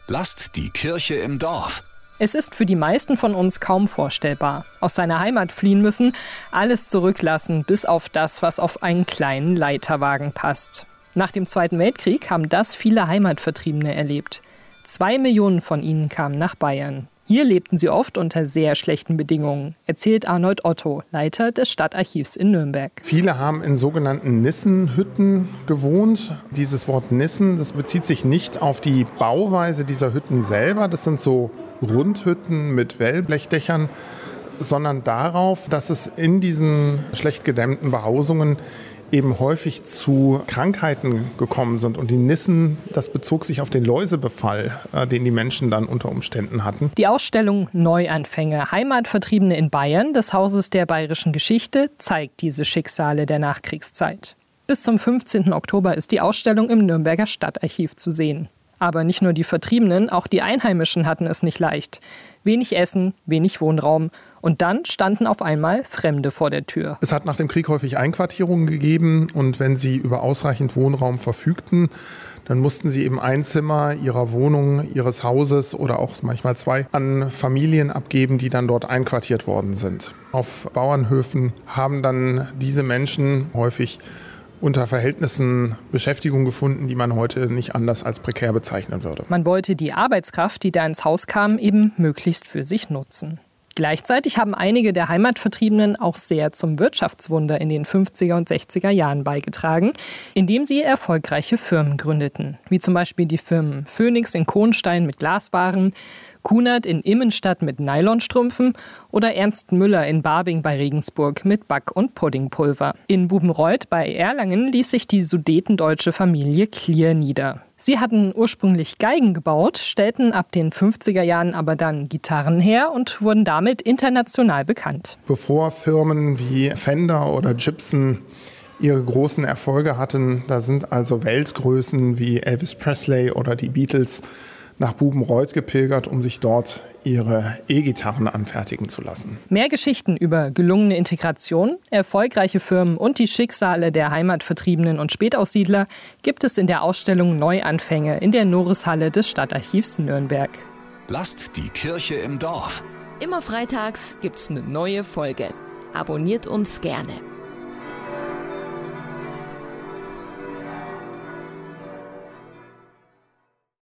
Lasst die Kirche im Dorf. Es ist für die meisten von uns kaum vorstellbar. Aus seiner Heimat fliehen müssen, alles zurücklassen, bis auf das, was auf einen kleinen Leiterwagen passt. Nach dem Zweiten Weltkrieg haben das viele Heimatvertriebene erlebt. 2 Millionen von ihnen kamen nach Bayern. Hier lebten sie oft unter sehr schlechten Bedingungen, erzählt Arnold Otto, Leiter des Stadtarchivs in Nürnberg. Viele haben in sogenannten Nissenhütten gewohnt. Dieses Wort Nissen, das bezieht sich nicht auf die Bauweise dieser Hütten selber. Das sind so Rundhütten mit Wellblechdächern, sondern darauf, dass es in diesen schlecht gedämmten Behausungen eben häufig zu Krankheiten gekommen sind. Und die Nissen, das bezog sich auf den Läusebefall, den die Menschen dann unter Umständen hatten. Die Ausstellung Neuanfänge, Heimatvertriebene in Bayern des Hauses der bayerischen Geschichte zeigt diese Schicksale der Nachkriegszeit. Bis zum 15. Oktober ist die Ausstellung im Nürnberger Stadtarchiv zu sehen. Aber nicht nur die Vertriebenen, auch die Einheimischen hatten es nicht leicht. Wenig Essen, wenig Wohnraum. Und dann standen auf einmal Fremde vor der Tür. Es hat nach dem Krieg häufig Einquartierungen gegeben. Und wenn sie über ausreichend Wohnraum verfügten, dann mussten sie eben ein Zimmer ihrer Wohnung, ihres Hauses oder auch manchmal 2 an Familien abgeben, die dann dort einquartiert worden sind. Auf Bauernhöfen haben dann diese Menschen häufig unter Verhältnissen Beschäftigung gefunden, die man heute nicht anders als prekär bezeichnen würde. Man wollte die Arbeitskraft, die da ins Haus kam, eben möglichst für sich nutzen. Gleichzeitig haben einige der Heimatvertriebenen auch sehr zum Wirtschaftswunder in den 50er und 60er Jahren beigetragen, indem sie erfolgreiche Firmen gründeten. Wie zum Beispiel die Firmen Phoenix in Kohnstein mit Glaswaren, Kunert in Immenstadt mit Nylonstrümpfen oder Ernst Müller in Barbing bei Regensburg mit Back- und Puddingpulver. In Bubenreuth bei Erlangen ließ sich die sudetendeutsche Familie Klier nieder. Sie hatten ursprünglich Geigen gebaut, stellten ab den 50er Jahren aber dann Gitarren her und wurden damit international bekannt. Bevor Firmen wie Fender oder Gibson ihre großen Erfolge hatten, da sind also Weltgrößen wie Elvis Presley oder die Beatles nach Bubenreuth gepilgert, um sich dort ihre E-Gitarren anfertigen zu lassen. Mehr Geschichten über gelungene Integration, erfolgreiche Firmen und die Schicksale der Heimatvertriebenen und Spätaussiedler gibt es in der Ausstellung Neuanfänge in der Norishalle des Stadtarchivs Nürnberg. Lasst die Kirche im Dorf. Immer freitags gibt's eine neue Folge. Abonniert uns gerne.